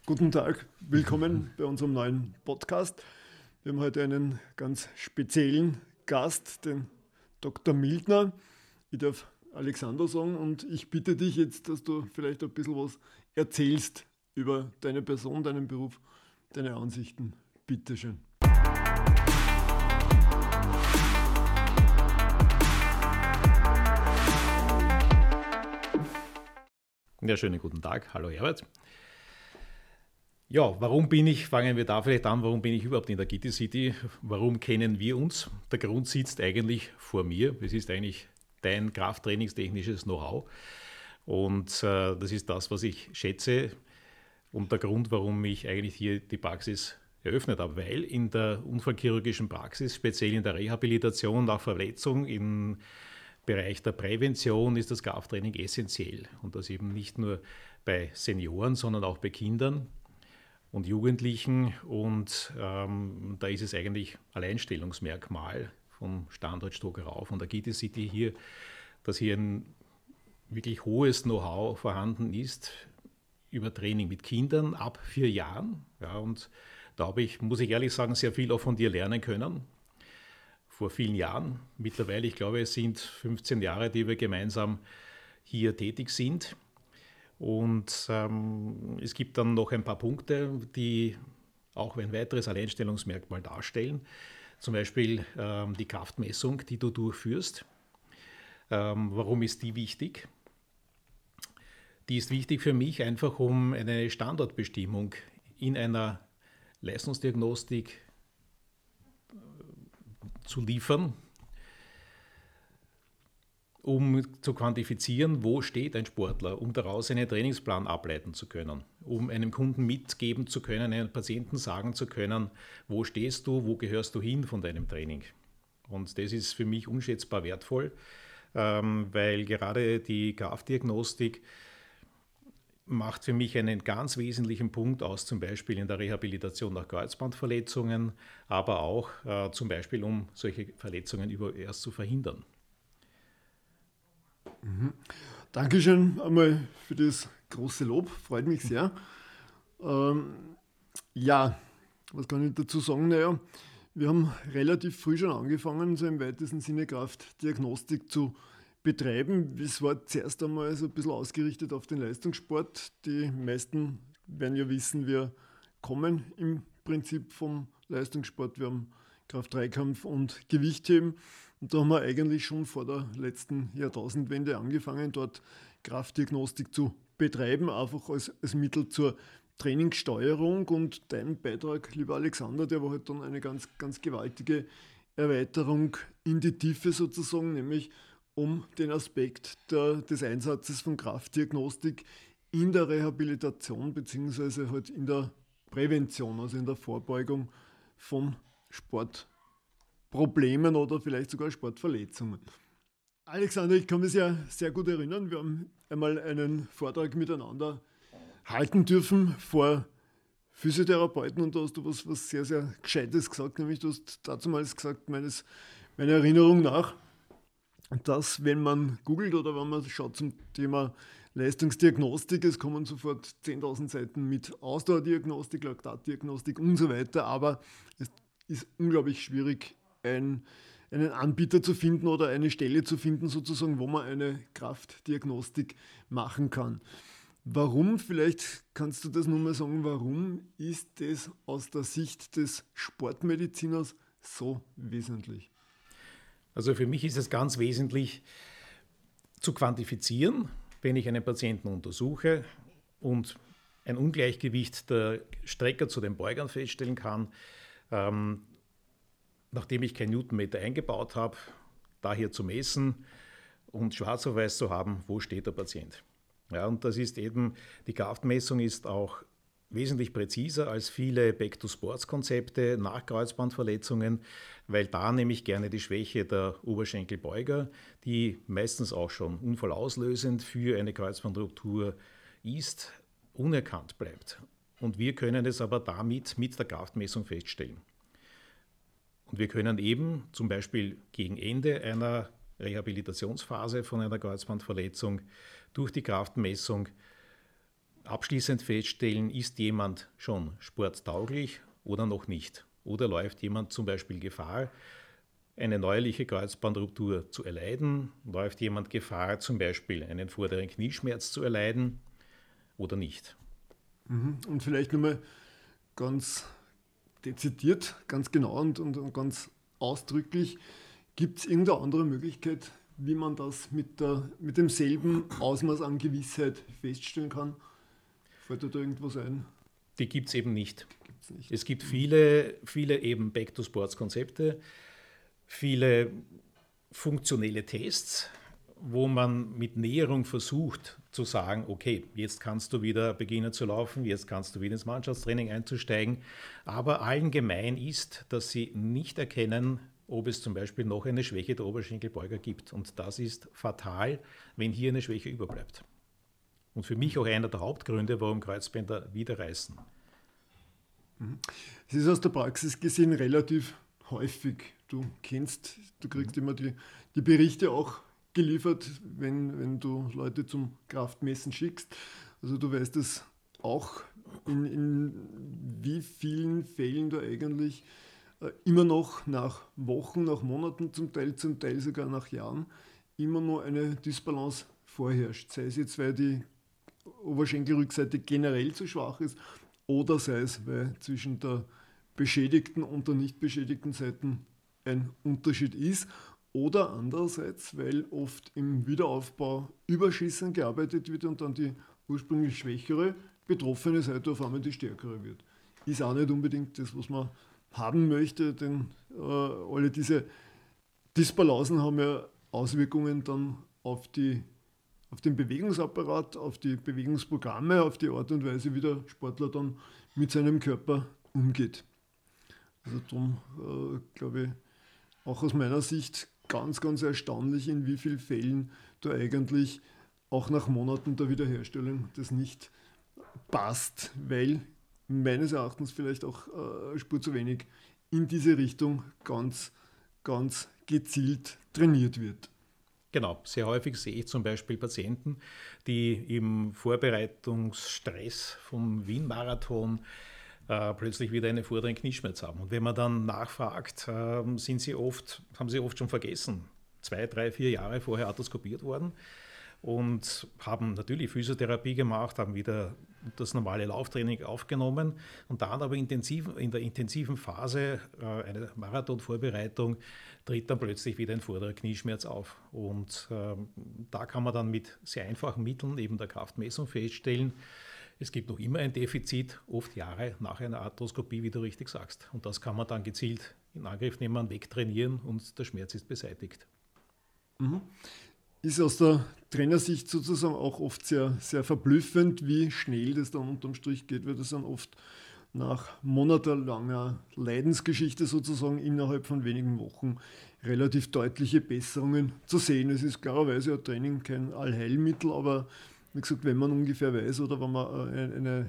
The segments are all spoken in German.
Guten Tag, willkommen bei unserem neuen Podcast. Wir haben heute einen ganz speziellen Gast, den Dr. Mildner. Ich darf Alexander sagen und ich bitte dich jetzt, dass du vielleicht ein bisschen was erzählst über deine Person, deinen Beruf, deine Ansichten. Bitte schön. Ja, schönen guten Tag. Hallo Herbert. Ja, fangen wir da vielleicht an, warum bin ich überhaupt in der Gitti City? Warum kennen wir uns? Der Grund sitzt eigentlich vor mir. Es ist eigentlich dein krafttrainingstechnisches Know-how. Und das ist das, was ich schätze und der Grund, warum ich eigentlich hier die Praxis eröffnet habe. Weil in der unfallchirurgischen Praxis, speziell in der Rehabilitation nach Verletzung, im Bereich der Prävention ist das Krafttraining essentiell. Und das eben nicht nur bei Senioren, sondern auch bei Kindern und Jugendlichen. Und da ist es eigentlich Alleinstellungsmerkmal vom Standort Stockerau, von der Gitti City hier, dass hier ein wirklich hohes Know-how vorhanden ist über Training mit Kindern ab 4 Jahren. Ja, und da habe ich, muss ich ehrlich sagen, sehr viel auch von dir lernen können. Vor vielen Jahren. Mittlerweile, ich glaube, es sind 15 Jahre, die wir gemeinsam hier tätig sind. Und es gibt dann noch ein paar Punkte, die auch ein weiteres Alleinstellungsmerkmal darstellen. Zum Beispiel die Kraftmessung, die du durchführst. Warum ist die wichtig? Die ist wichtig für mich einfach, um eine Standortbestimmung in einer Leistungsdiagnostik zu liefern, um zu quantifizieren, wo steht ein Sportler, um daraus einen Trainingsplan ableiten zu können, um einem Kunden mitgeben zu können, einem Patienten sagen zu können, wo stehst du, wo gehörst du hin von deinem Training. Und das ist für mich unschätzbar wertvoll, weil gerade die Kraftdiagnostik macht für mich einen ganz wesentlichen Punkt aus, zum Beispiel in der Rehabilitation nach Kreuzbandverletzungen, aber auch zum Beispiel, um solche Verletzungen erst zu verhindern. Dankeschön einmal für das große Lob, freut mich sehr. Ja, was kann ich dazu sagen? Naja, wir haben relativ früh schon angefangen, so im weitesten Sinne Kraftdiagnostik zu betreiben. Es war zuerst einmal so ein bisschen ausgerichtet auf den Leistungssport. Die meisten werden ja wissen, wir kommen im Prinzip vom Leistungssport. Wir haben Kraft-3-Kampf und Gewichtheben. Und da haben wir eigentlich schon vor der letzten Jahrtausendwende angefangen, dort Kraftdiagnostik zu betreiben, einfach als Mittel zur Trainingssteuerung. Und dein Beitrag, lieber Alexander, der war halt dann eine ganz, ganz gewaltige Erweiterung in die Tiefe sozusagen, nämlich um den Aspekt des Einsatzes von Kraftdiagnostik in der Rehabilitation bzw. halt in der Prävention, also in der Vorbeugung von Sportproblemen oder vielleicht sogar Sportverletzungen. Alexander, ich kann mich ja sehr gut erinnern, wir haben einmal einen Vortrag miteinander halten dürfen vor Physiotherapeuten und da hast du was sehr, sehr Gescheites gesagt, nämlich du hast damals gesagt, meiner Erinnerung nach, dass wenn man googelt oder wenn man schaut zum Thema Leistungsdiagnostik, es kommen sofort 10.000 Seiten mit Ausdauerdiagnostik, Laktatdiagnostik und so weiter, aber es ist unglaublich schwierig, einen Anbieter zu finden oder eine Stelle zu finden, sozusagen, wo man eine Kraftdiagnostik machen kann. Warum, vielleicht kannst du das nur mal sagen, warum ist das aus der Sicht des Sportmediziners so wesentlich? Also für mich ist es ganz wesentlich zu quantifizieren, wenn ich einen Patienten untersuche und ein Ungleichgewicht der Strecker zu den Beugern feststellen kann, nachdem ich kein Newtonmeter eingebaut habe, daher zu messen und schwarz auf weiß zu haben, wo steht der Patient. Ja, und das ist eben, die Kraftmessung ist auch wesentlich präziser als viele Back-to-Sports-Konzepte nach Kreuzbandverletzungen, weil da nämlich gerne die Schwäche der Oberschenkelbeuger, die meistens auch schon unfallauslösend für eine Kreuzbandruptur ist, unerkannt bleibt. Und wir können es aber damit mit der Kraftmessung feststellen. Und wir können eben zum Beispiel gegen Ende einer Rehabilitationsphase von einer Kreuzbandverletzung durch die Kraftmessung abschließend feststellen, ist jemand schon sporttauglich oder noch nicht. Oder läuft jemand zum Beispiel Gefahr, eine neuerliche Kreuzbandruptur zu erleiden? Läuft jemand Gefahr, zum Beispiel einen vorderen Knieschmerz zu erleiden oder nicht? Und vielleicht nochmal ganz dezidiert, ganz genau und ganz ausdrücklich, gibt es irgendeine andere Möglichkeit, wie man das mit demselben Ausmaß an Gewissheit feststellen kann? Fällt dir da irgendwas ein? Die gibt es eben nicht. Gibt's nicht. Es gibt viele eben Back-to-Sports-Konzepte, viele funktionelle Tests, wo man mit Näherung versucht zu sagen, okay, jetzt kannst du wieder beginnen zu laufen, jetzt kannst du wieder ins Mannschaftstraining einzusteigen. Aber allen gemein ist, dass sie nicht erkennen, ob es zum Beispiel noch eine Schwäche der Oberschenkelbeuger gibt. Und das ist fatal, wenn hier eine Schwäche überbleibt. Und für mich auch einer der Hauptgründe, warum Kreuzbänder wieder reißen. Es ist aus der Praxis gesehen relativ häufig. Du kriegst immer die Berichte auch geliefert, wenn du Leute zum Kraftmessen schickst. Also du weißt es auch, in wie vielen Fällen da eigentlich immer noch nach Wochen, nach Monaten zum Teil sogar nach Jahren, immer nur eine Dysbalance vorherrscht. Sei es jetzt, weil die Oberschenkelrückseite generell zu schwach ist oder sei es, weil zwischen der beschädigten und der nicht beschädigten Seite ein Unterschied ist. Oder andererseits, weil oft im Wiederaufbau überschießend gearbeitet wird und dann die ursprünglich schwächere betroffene Seite auf einmal die stärkere wird. Ist auch nicht unbedingt das, was man haben möchte, denn alle diese Dysbalancen haben ja Auswirkungen dann auf den Bewegungsapparat, auf die Bewegungsprogramme, auf die Art und Weise, wie der Sportler dann mit seinem Körper umgeht. Also darum glaube ich, auch aus meiner Sicht ganz, ganz erstaunlich, in wie vielen Fällen da eigentlich auch nach Monaten der Wiederherstellung das nicht passt, weil meines Erachtens vielleicht auch eine Spur zu wenig in diese Richtung ganz, ganz gezielt trainiert wird. Genau, sehr häufig sehe ich zum Beispiel Patienten, die im Vorbereitungsstress vom Wien-Marathon plötzlich wieder einen vorderen Knieschmerz haben. Und wenn man dann nachfragt, haben sie oft schon vergessen, 2, 3, 4 Jahre vorher arthroskopiert worden und haben natürlich Physiotherapie gemacht, haben wieder das normale Lauftraining aufgenommen und dann aber in der intensiven Phase einer Marathonvorbereitung tritt dann plötzlich wieder ein vorderer Knieschmerz auf. Und da kann man dann mit sehr einfachen Mitteln, eben der Kraftmessung, feststellen, es gibt noch immer ein Defizit, oft Jahre nach einer Arthroskopie, wie du richtig sagst. Und das kann man dann gezielt in Angriff nehmen, wegtrainieren und der Schmerz ist beseitigt. Mhm. Ist aus der Trainersicht sozusagen auch oft sehr, sehr verblüffend, wie schnell das dann unterm Strich geht, weil das dann oft nach monatelanger Leidensgeschichte sozusagen innerhalb von wenigen Wochen relativ deutliche Besserungen zu sehen. Es ist klarerweise ein Training kein Allheilmittel, aber wie gesagt, wenn man ungefähr weiß oder wenn man eine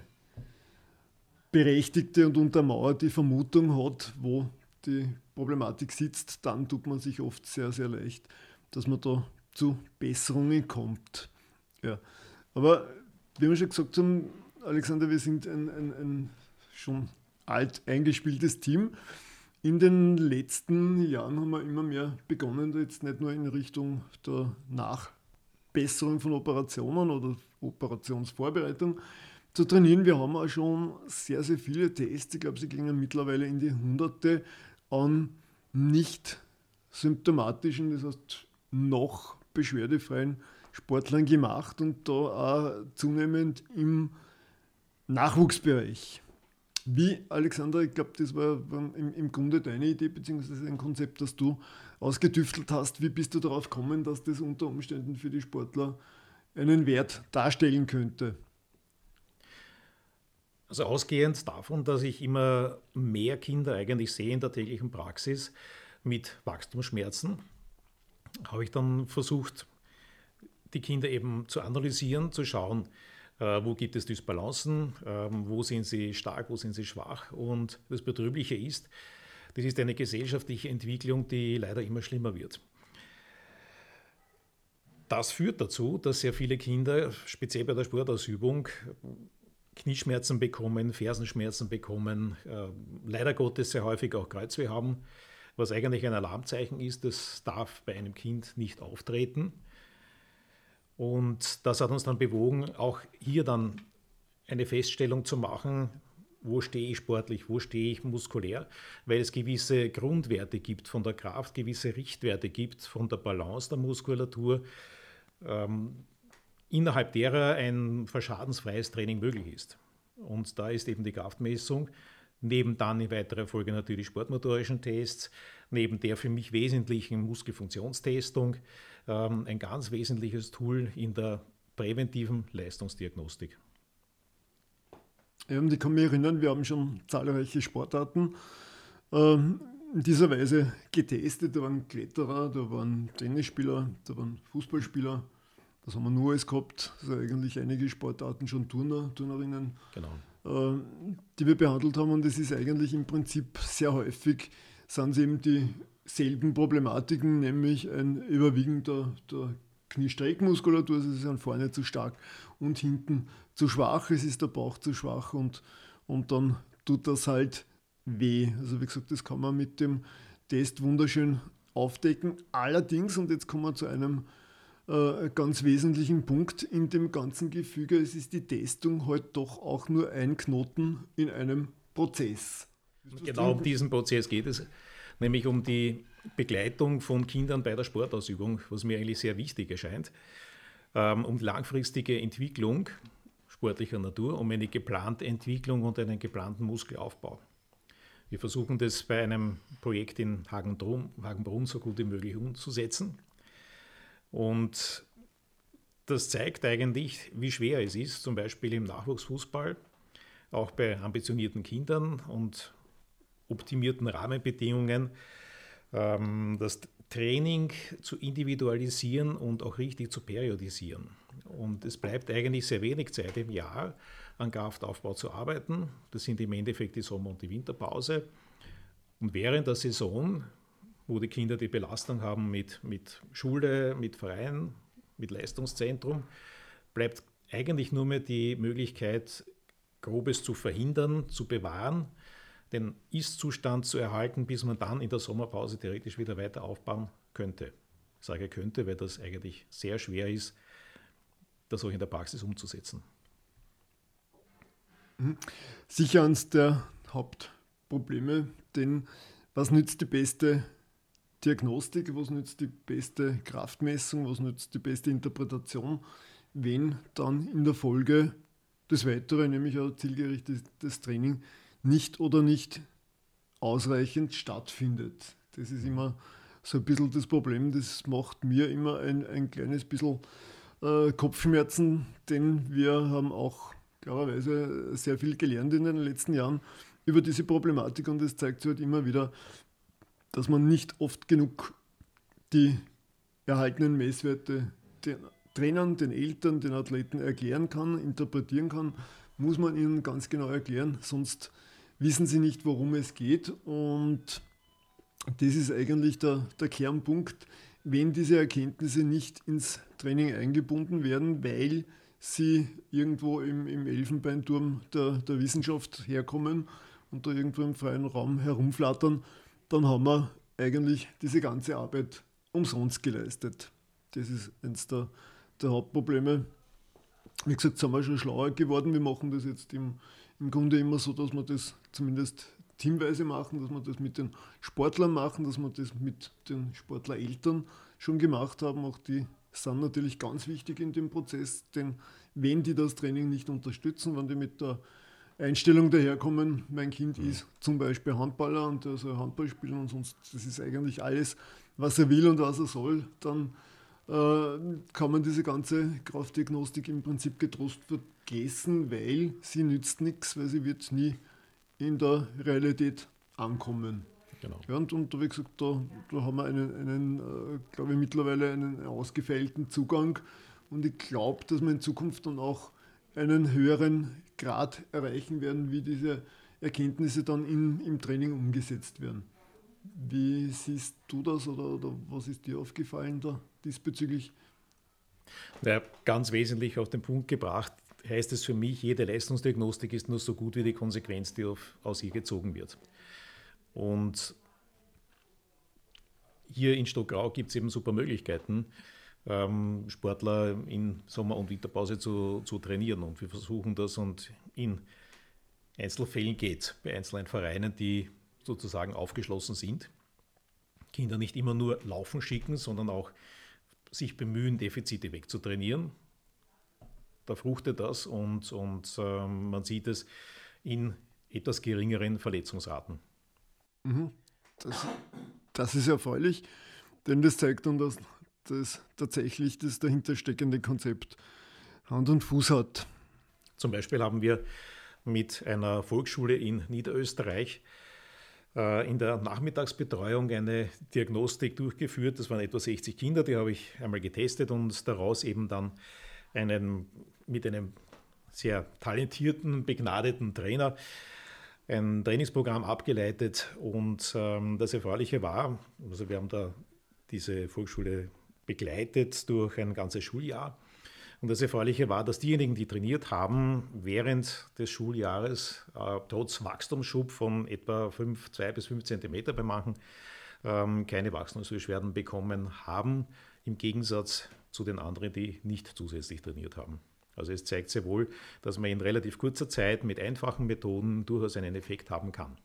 berechtigte und untermauerte Vermutung hat, wo die Problematik sitzt, dann tut man sich oft sehr, sehr leicht, dass man da zu Besserungen kommt. Ja. Aber wie wir schon gesagt haben, Alexander, wir sind ein schon alt eingespieltes Team. In den letzten Jahren haben wir immer mehr begonnen, jetzt nicht nur in Richtung der Nachbesserung von Operationen oder Operationsvorbereitung zu trainieren. Wir haben auch schon sehr, sehr viele Tests, ich glaube, sie gingen mittlerweile in die Hunderte an nicht symptomatischen, das heißt noch beschwerdefreien Sportlern gemacht und da auch zunehmend im Nachwuchsbereich. Wie, Alexander, ich glaube, das war im Grunde deine Idee, beziehungsweise ein Konzept, das du ausgetüftelt hast. Wie bist du darauf gekommen, dass das unter Umständen für die Sportler einen Wert darstellen könnte? Also ausgehend davon, dass ich immer mehr Kinder eigentlich sehe in der täglichen Praxis mit Wachstumsschmerzen, habe ich dann versucht, die Kinder eben zu analysieren, zu schauen, wo gibt es Dysbalancen, wo sind sie stark, wo sind sie schwach. Und das Betrübliche ist, das ist eine gesellschaftliche Entwicklung, die leider immer schlimmer wird. das führt dazu, dass sehr viele Kinder, speziell bei der Sportausübung, Knieschmerzen bekommen, Fersenschmerzen bekommen, leider Gottes sehr häufig auch Kreuzweh haben, was eigentlich ein Alarmzeichen ist. Das darf bei einem Kind nicht auftreten. Und das hat uns dann bewogen, auch hier dann eine Feststellung zu machen, wo stehe ich sportlich, wo stehe ich muskulär, weil es gewisse Grundwerte gibt von der Kraft, gewisse Richtwerte gibt von der Balance der Muskulatur, innerhalb derer ein verschadensfreies Training möglich ist. Und da ist eben die Kraftmessung, neben dann in weiterer Folge natürlich sportmotorischen Tests, neben der für mich wesentlichen Muskelfunktionstestung, ein ganz wesentliches Tool in der präventiven Leistungsdiagnostik. Ja, und ich kann mich erinnern, wir haben schon zahlreiche Sportarten in dieser Weise getestet. Da waren Kletterer, da waren Tennisspieler, da waren Fußballspieler. Das haben wir nur alles gehabt. Also eigentlich einige Sportarten schon Turner, Turnerinnen, Genau. die wir behandelt haben. Und es ist eigentlich im Prinzip sehr häufig, sind es eben dieselben Problematiken, nämlich ein Überwiegen der Kniestreckmuskulatur, also sie sind vorne zu stark und hinten zu schwach, es ist der Bauch zu schwach und dann tut das halt weh. Also wie gesagt, das kann man mit dem Test wunderschön aufdecken. Allerdings, und jetzt kommen wir zu einem ganz wesentlichen Punkt in dem ganzen Gefüge, es ist die Testung halt doch auch nur ein Knoten in einem Prozess. Genau um diesen Prozess geht es, nämlich um die Begleitung von Kindern bei der Sportausübung, was mir eigentlich sehr wichtig erscheint, um langfristige Entwicklung sportlicher Natur, um eine geplante Entwicklung und einen geplanten Muskelaufbau. Wir versuchen das bei einem Projekt in Hagenbrunn so gut wie möglich umzusetzen. Und das zeigt eigentlich, wie schwer es ist, zum Beispiel im Nachwuchsfußball, auch bei ambitionierten Kindern und optimierten Rahmenbedingungen, das Training zu individualisieren und auch richtig zu periodisieren. Und es bleibt eigentlich sehr wenig Zeit im Jahr, an Kraftaufbau zu arbeiten. Das sind im Endeffekt die Sommer- und die Winterpause. Und während der Saison, wo die Kinder die Belastung haben mit Schule, mit Verein, mit Leistungszentrum, bleibt eigentlich nur mehr die Möglichkeit, Grobes zu verhindern, zu bewahren, den Ist-Zustand zu erhalten, bis man dann in der Sommerpause theoretisch wieder weiter aufbauen könnte. Ich sage könnte, weil das eigentlich sehr schwer ist, das auch in der Praxis umzusetzen. Sicher eines der Hauptprobleme, denn was nützt die beste Diagnostik, was nützt die beste Kraftmessung, was nützt die beste Interpretation, wenn dann in der Folge das Weitere, nämlich ein zielgerichtetes Training, nicht ausreichend stattfindet. Das ist immer so ein bisschen das Problem, das macht mir immer ein kleines bisschen Kopfschmerzen, denn wir haben auch klarerweise sehr viel gelernt in den letzten Jahren über diese Problematik und es zeigt sich halt immer wieder, dass man nicht oft genug die erhaltenen Messwerte den Trainern, den Eltern, den Athleten erklären kann, interpretieren kann, muss man ihnen ganz genau erklären, sonst wissen sie nicht, worum es geht. Und das ist eigentlich der Kernpunkt, wenn diese Erkenntnisse nicht ins Training eingebunden werden, weil sie irgendwo im Elfenbeinturm der Wissenschaft herkommen und da irgendwo im freien Raum herumflattern, dann haben wir eigentlich diese ganze Arbeit umsonst geleistet. Das ist eines der Hauptprobleme. Wie gesagt, sind wir schon schlauer geworden. Wir machen das jetzt im Grunde immer so, dass wir das zumindest teamweise machen, dass wir das mit den Sportlern machen, dass wir das mit den Sportlereltern schon gemacht haben. Auch die sind natürlich ganz wichtig in dem Prozess, denn wenn die das Training nicht unterstützen, wenn die mit der Einstellung daherkommen, mein Kind ist zum Beispiel Handballer und er soll Handball spielen und sonst, das ist eigentlich alles, was er will und was er soll, dann kann man diese ganze Kraftdiagnostik im Prinzip getrost vergessen, weil sie nützt nichts, weil sie wird nie in der Realität ankommen. Genau. Ja, und wie gesagt, da haben wir glaube ich, mittlerweile einen ausgefeilten Zugang und ich glaube, dass wir in Zukunft dann auch einen höheren Grad erreichen werden, wie diese Erkenntnisse dann im Training umgesetzt werden. Wie siehst du das oder was ist dir aufgefallen da diesbezüglich? Ja, ganz wesentlich auf den Punkt gebracht heißt es für mich, jede Leistungsdiagnostik ist nur so gut wie die Konsequenz, die aus ihr gezogen wird. Und hier in Stockgrau gibt es eben super Möglichkeiten, Sportler in Sommer- und Winterpause zu trainieren. Und wir versuchen das, und in Einzelfällen geht bei einzelnen Vereinen, die sozusagen aufgeschlossen sind, Kinder nicht immer nur laufen schicken, sondern auch sich bemühen, Defizite wegzutrainieren. Da fruchtet das, und man sieht es in etwas geringeren Verletzungsraten. Mhm. Das ist erfreulich, denn das zeigt dann, dass das tatsächlich das dahintersteckende Konzept Hand und Fuß hat. Zum Beispiel haben wir mit einer Volksschule in Niederösterreich in der Nachmittagsbetreuung eine Diagnostik durchgeführt. Das waren etwa 60 Kinder, die habe ich einmal getestet und daraus eben dann mit einem sehr talentierten, begnadeten Trainer ein Trainingsprogramm abgeleitet. Und das Erfreuliche war, also wir haben da diese Volksschule begleitet durch ein ganzes Schuljahr. Und das Erfreuliche war, dass diejenigen, die trainiert haben, während des Schuljahres trotz Wachstumsschub von etwa 2 bis 5 Zentimeter bei manchen keine Wachstumsbeschwerden bekommen haben, im Gegensatz zu den anderen, die nicht zusätzlich trainiert haben. Also es zeigt sehr wohl, dass man in relativ kurzer Zeit mit einfachen Methoden durchaus einen Effekt haben kann.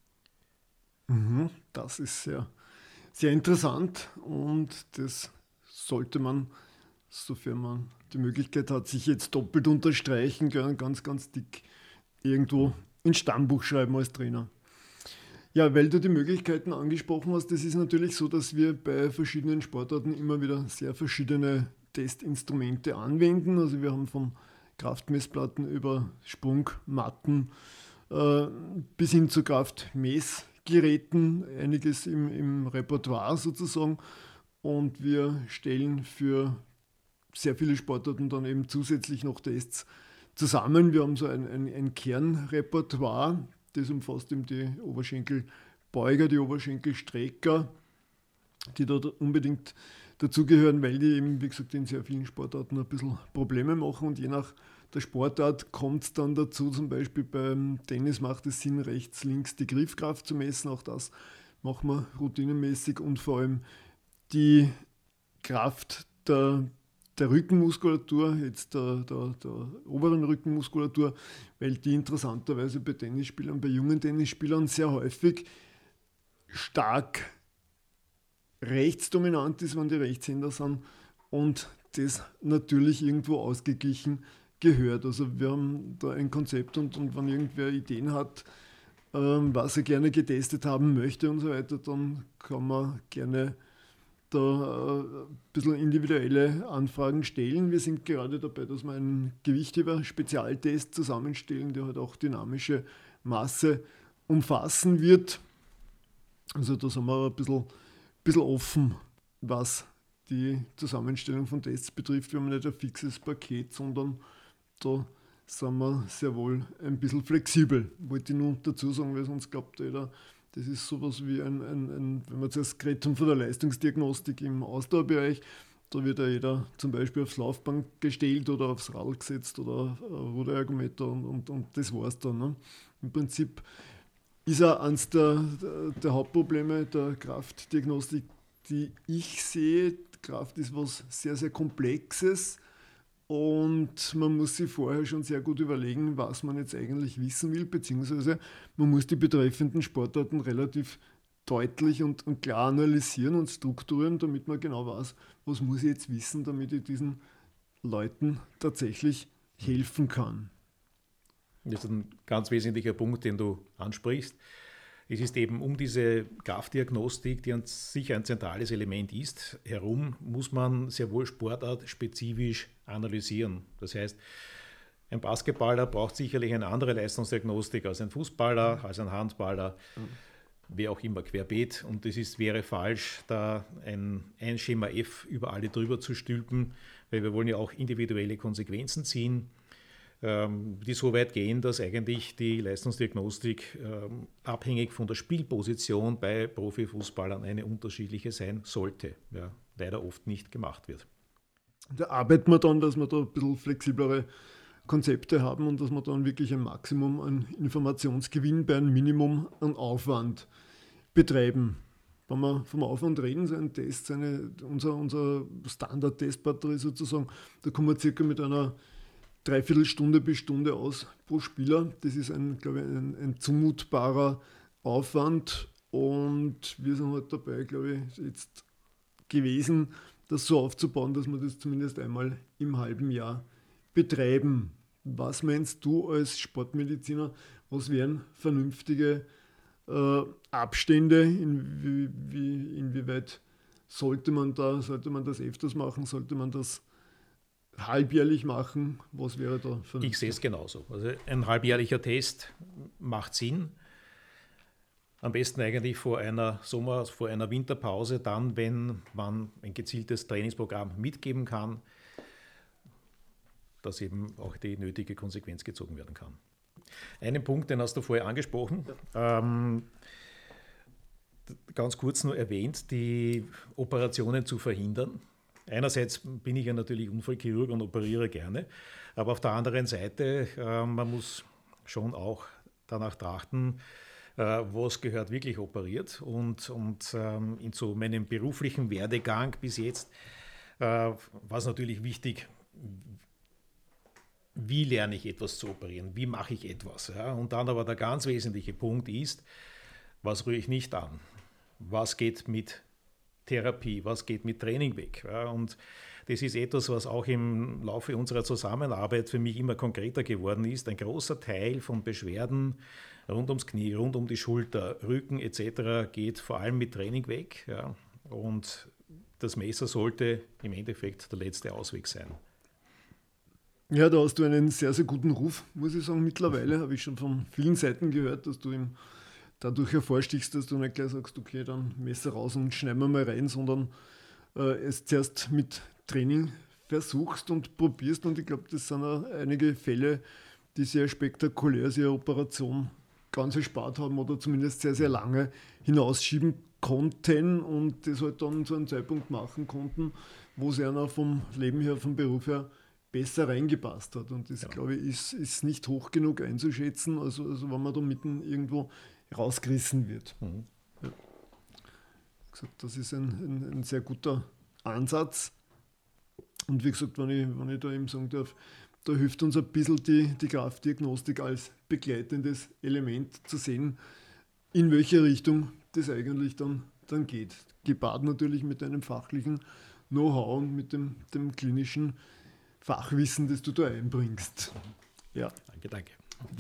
Das ist sehr, sehr interessant, und das sollte man, sofern man die Möglichkeit hat, sich jetzt doppelt unterstreichen, ganz, ganz dick irgendwo ins Stammbuch schreiben als Trainer. Ja, weil du die Möglichkeiten angesprochen hast, das ist natürlich so, dass wir bei verschiedenen Sportarten immer wieder sehr verschiedene Testinstrumente anwenden. Also wir haben von Kraftmessplatten über Sprungmatten bis hin zu Kraftmessgeräten einiges im Repertoire sozusagen. Und wir stellen für sehr viele Sportarten dann eben zusätzlich noch Tests zusammen. Wir haben so ein Kernrepertoire, das umfasst eben die Oberschenkelbeuger, die Oberschenkelstrecker, die da unbedingt dazugehören, weil die eben, wie gesagt, in sehr vielen Sportarten ein bisschen Probleme machen, und je nach der Sportart kommt es dann dazu, zum Beispiel beim Tennis macht es Sinn, rechts, links die Griffkraft zu messen, auch das machen wir routinemäßig, und vor allem die Kraft der Rückenmuskulatur, jetzt der oberen Rückenmuskulatur, weil die interessanterweise bei Tennisspielern, bei jungen Tennisspielern sehr häufig stark rechtsdominant ist, wenn die Rechtshänder sind, und das natürlich irgendwo ausgeglichen gehört. Also wir haben da ein Konzept, und wenn irgendwer Ideen hat, was er gerne getestet haben möchte und so weiter, dann kann man gerne da ein bisschen individuelle Anfragen stellen. Wir sind gerade dabei, dass wir einen Gewichtheber-Spezialtest zusammenstellen, der halt auch dynamische Masse umfassen wird. Also da sind wir ein bisschen offen, was die Zusammenstellung von Tests betrifft. Wir haben nicht ein fixes Paket, sondern da sind wir sehr wohl ein bisschen flexibel. Wollte ich nur dazu sagen, weil sonst glaubt jeder, das ist sowas wie wenn wir zuerst geredet haben von der Leistungsdiagnostik im Ausdauerbereich, da wird ja jeder zum Beispiel aufs Laufband gestellt oder aufs Radl gesetzt oder Ruderergometer, und das war's dann. Ne? Im Prinzip ist auch eines der Hauptprobleme der Kraftdiagnostik, die ich sehe. Kraft ist was sehr, sehr Komplexes, und man muss sich vorher schon sehr gut überlegen, was man jetzt eigentlich wissen will, beziehungsweise man muss die betreffenden Sportarten relativ deutlich und klar analysieren und strukturieren, damit man genau weiß, was muss ich jetzt wissen, damit ich diesen Leuten tatsächlich helfen kann. Das ist ein ganz wesentlicher Punkt, den du ansprichst. Es ist eben um diese Kraftdiagnostik, die an sich ein zentrales Element ist, herum muss man sehr wohl sportartspezifisch analysieren. Das heißt, ein Basketballer braucht sicherlich eine andere Leistungsdiagnostik als ein Fußballer, als ein Handballer, wer auch immer, querbeet. Und es wäre falsch, da ein Schema F über alle drüber zu stülpen, weil wir wollen ja auch individuelle Konsequenzen ziehen, die so weit gehen, dass eigentlich die Leistungsdiagnostik abhängig von der Spielposition bei Profifußballern eine unterschiedliche sein sollte, ja, leider oft nicht gemacht wird. Da arbeiten wir dann, dass wir da ein bisschen flexiblere Konzepte haben und dass wir dann wirklich ein Maximum an Informationsgewinn bei einem Minimum an Aufwand betreiben. Wenn wir vom Aufwand reden, so ein Test, unser Standard-Testbatterie sozusagen, da kommen wir circa mit einer Dreiviertelstunde bis Stunde aus pro Spieler. Das ist glaube ich, ein zumutbarer Aufwand und wir sind halt dabei, glaube ich, jetzt gewesen, das so aufzubauen, dass wir das zumindest einmal im halben Jahr betreiben. Was meinst du als Sportmediziner, was wären vernünftige Abstände? Inwieweit sollte man das öfters machen? Sollte man das halbjährlich machen? Was wäre da vernünftig? Ich sehe es genauso. Also ein halbjährlicher Test macht Sinn. Am besten eigentlich vor einer Winterpause, dann, wenn man ein gezieltes Trainingsprogramm mitgeben kann, dass eben auch die nötige Konsequenz gezogen werden kann. Einen Punkt, den hast du vorher angesprochen, ganz kurz nur erwähnt, die Operationen zu verhindern. Einerseits bin ich ja natürlich Unfallchirurg und operiere gerne, aber auf der anderen Seite, man muss schon auch danach trachten, was gehört wirklich operiert. Und in so meinem beruflichen Werdegang bis jetzt war es natürlich wichtig, wie lerne ich etwas zu operieren, wie mache ich etwas. Ja? Und dann aber der ganz wesentliche Punkt ist, was rühre ich nicht an? Was geht mit Therapie, was geht mit Training weg? Ja? Und das ist etwas, was auch im Laufe unserer Zusammenarbeit für mich immer konkreter geworden ist. Ein großer Teil von Beschwerden rund ums Knie, rund um die Schulter, Rücken etc. geht vor allem mit Training weg. Ja? Und das Messer sollte im Endeffekt der letzte Ausweg sein. Ja, da hast du einen sehr, sehr guten Ruf, muss ich sagen. Mittlerweile habe ich schon von vielen Seiten gehört, dass du ihm dadurch hervorstichst, dass du nicht gleich sagst, okay, dann Messer raus und schneiden wir mal rein, sondern es zuerst mit Training versuchst und probierst. Und ich glaube, das sind auch einige Fälle, die sehr spektakulär ihre Operation ganz erspart haben oder zumindest sehr, sehr lange hinausschieben konnten und das halt dann zu einem Zeitpunkt machen konnten, wo sie einer vom Leben her, vom Beruf her besser reingepasst hat. Und das, glaube ich, ist nicht hoch genug einzuschätzen, also wenn man da mitten irgendwo rausgerissen wird. Mhm. Ja. Das ist ein sehr guter Ansatz. Und wie gesagt, wenn ich da eben sagen darf, da hilft uns ein bisschen die Kraftdiagnostik als begleitendes Element zu sehen, in welche Richtung das eigentlich dann geht. Gepaart natürlich mit einem fachlichen Know-how und mit dem klinischen Fachwissen, das du da einbringst. Ja. Danke.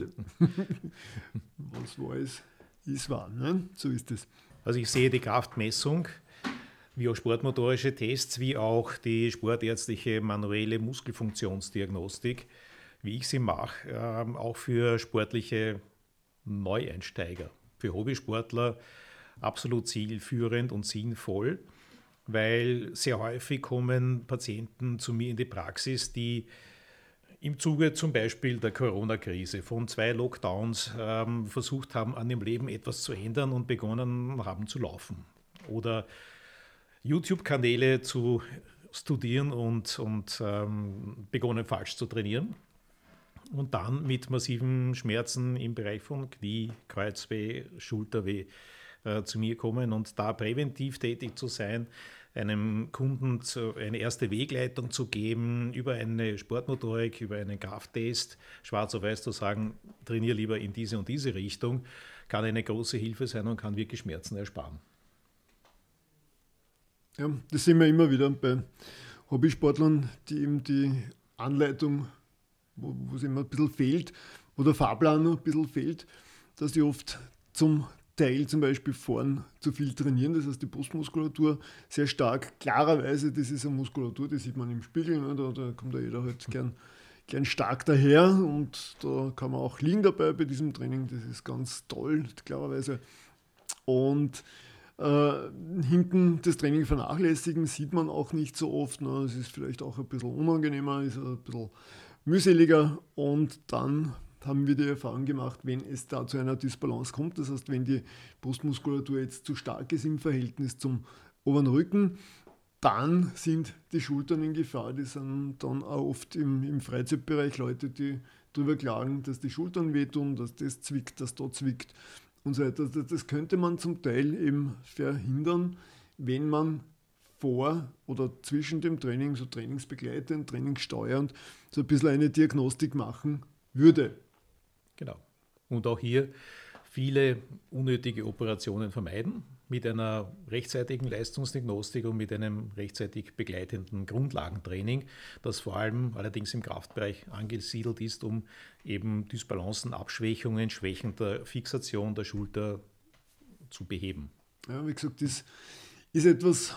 Was war es, ist wahr. Ne? So ist es. Also ich sehe die Kraftmessung, wie auch sportmotorische Tests, wie auch die sportärztliche manuelle Muskelfunktionsdiagnostik, wie ich sie mache, auch für sportliche Neueinsteiger, für Hobbysportler absolut zielführend und sinnvoll, weil sehr häufig kommen Patienten zu mir in die Praxis, die im Zuge zum Beispiel der Corona-Krise von 2 Lockdowns versucht haben, an ihrem Leben etwas zu ändern und begonnen haben zu laufen. Oder YouTube-Kanäle zu studieren und begonnen falsch zu trainieren. Und dann mit massiven Schmerzen im Bereich von Knie, Kreuzweh, Schulterweh zu mir kommen und da präventiv tätig zu sein, einem Kunden eine erste Wegleitung zu geben, über eine Sportmotorik, über einen Krafttest, schwarz auf weiß zu sagen, trainiere lieber in diese und diese Richtung, kann eine große Hilfe sein und kann wirklich Schmerzen ersparen. Ja, das sehen wir immer wieder bei Hobbysportlern, die eben die Anleitung, wo es immer ein bisschen fehlt, wo der Fahrplan noch ein bisschen fehlt, dass die oft zum Teil zum Beispiel vorn zu viel trainieren, das heißt die Brustmuskulatur sehr stark. Klarerweise, das ist eine Muskulatur, die sieht man im Spiegel, ne? Da kommt ja jeder halt gern stark daher und da kann man auch liegen dabei bei diesem Training, das ist ganz toll, klarerweise. Und hinten das Training vernachlässigen sieht man auch nicht so oft, ne? Es ist vielleicht auch ein bisschen unangenehmer, ist ein bisschen mühseliger und dann haben wir die Erfahrung gemacht, wenn es da zu einer Dysbalance kommt, das heißt, wenn die Brustmuskulatur jetzt zu stark ist im Verhältnis zum oberen Rücken, dann sind die Schultern in Gefahr. Die sind dann auch oft im Freizeitbereich Leute, die darüber klagen, dass die Schultern wehtun, dass das zwickt, dass da zwickt und so weiter. Das könnte man zum Teil eben verhindern, wenn man vor oder zwischen dem Training, so trainingsbegleitend, trainingssteuernd, so ein bisschen eine Diagnostik machen würde. Genau. Und auch hier viele unnötige Operationen vermeiden mit einer rechtzeitigen Leistungsdiagnostik und mit einem rechtzeitig begleitenden Grundlagentraining, das vor allem allerdings im Kraftbereich angesiedelt ist, um eben Dysbalancen, Abschwächungen, Schwächen der Fixation der Schulter zu beheben. Ja, wie gesagt, das ist etwas,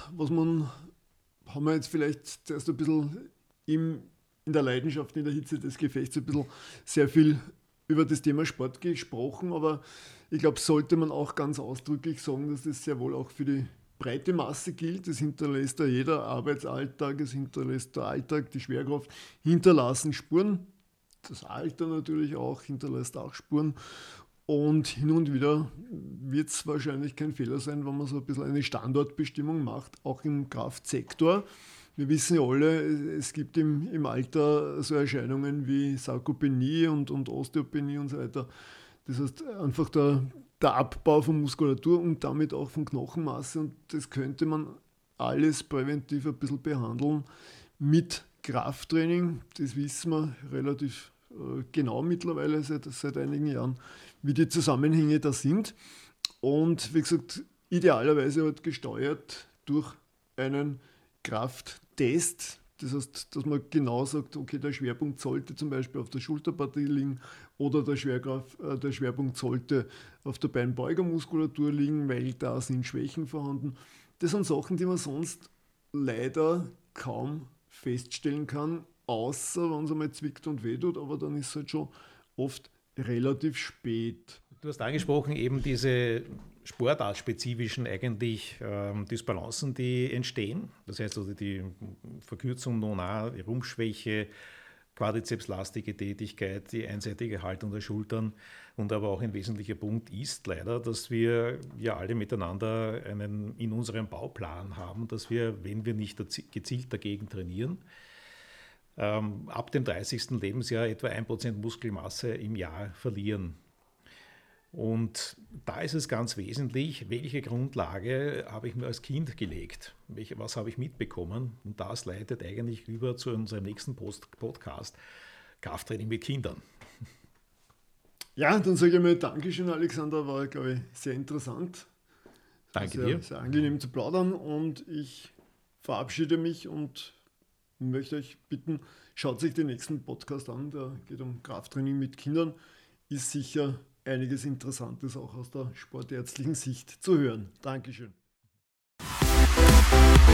haben wir jetzt vielleicht zuerst ein bisschen in der Leidenschaft, in der Hitze des Gefechts ein bisschen sehr viel über das Thema Sport gesprochen, aber ich glaube, sollte man auch ganz ausdrücklich sagen, dass das sehr wohl auch für die breite Masse gilt. Das hinterlässt ja jeder Arbeitsalltag, es hinterlässt der Alltag, die Schwerkraft, hinterlassen Spuren. Das Alter natürlich auch, hinterlässt auch Spuren. Und hin und wieder wird es wahrscheinlich kein Fehler sein, wenn man so ein bisschen eine Standortbestimmung macht, auch im Kraftsektor. Wir wissen ja alle, es gibt im Alter so Erscheinungen wie Sarkopenie und Osteopenie und so weiter. Das heißt einfach der Abbau von Muskulatur und damit auch von Knochenmasse. Und das könnte man alles präventiv ein bisschen behandeln mit Krafttraining. Das wissen wir relativ genau mittlerweile seit einigen Jahren, wie die Zusammenhänge da sind. Und wie gesagt, idealerweise halt gesteuert durch einen Krafttest. Das heißt, dass man genau sagt, okay, der Schwerpunkt sollte zum Beispiel auf der Schulterpartie liegen oder der Schwerpunkt sollte auf der Beinbeugermuskulatur liegen, weil da sind Schwächen vorhanden. Das sind Sachen, die man sonst leider kaum feststellen kann, außer wenn es einmal zwickt und wehtut, aber dann ist es halt schon oft relativ spät. Du hast angesprochen, eben diese sportartspezifischen eigentlich Dysbalancen, die entstehen. Das heißt also die Verkürzung Nonar, die Rumpfschwäche, quadrizepslastige Tätigkeit, die einseitige Haltung der Schultern. Und aber auch ein wesentlicher Punkt ist leider, dass wir ja alle miteinander einen in unserem Bauplan haben, dass wir, wenn wir nicht gezielt dagegen trainieren, ab dem 30. Lebensjahr etwa 1% Muskelmasse im Jahr verlieren. Und da ist es ganz wesentlich, welche Grundlage habe ich mir als Kind gelegt, was habe ich mitbekommen, und das leitet eigentlich über zu unserem nächsten Podcast, Krafttraining mit Kindern. Ja, dann sage ich mal Dankeschön, Alexander, war, glaube ich, sehr interessant. Danke dir. Sehr angenehm zu plaudern und ich verabschiede mich und möchte euch bitten, schaut sich den nächsten Podcast an, der geht um Krafttraining mit Kindern, ist sicher einiges Interessantes auch aus der sportärztlichen Sicht zu hören. Dankeschön.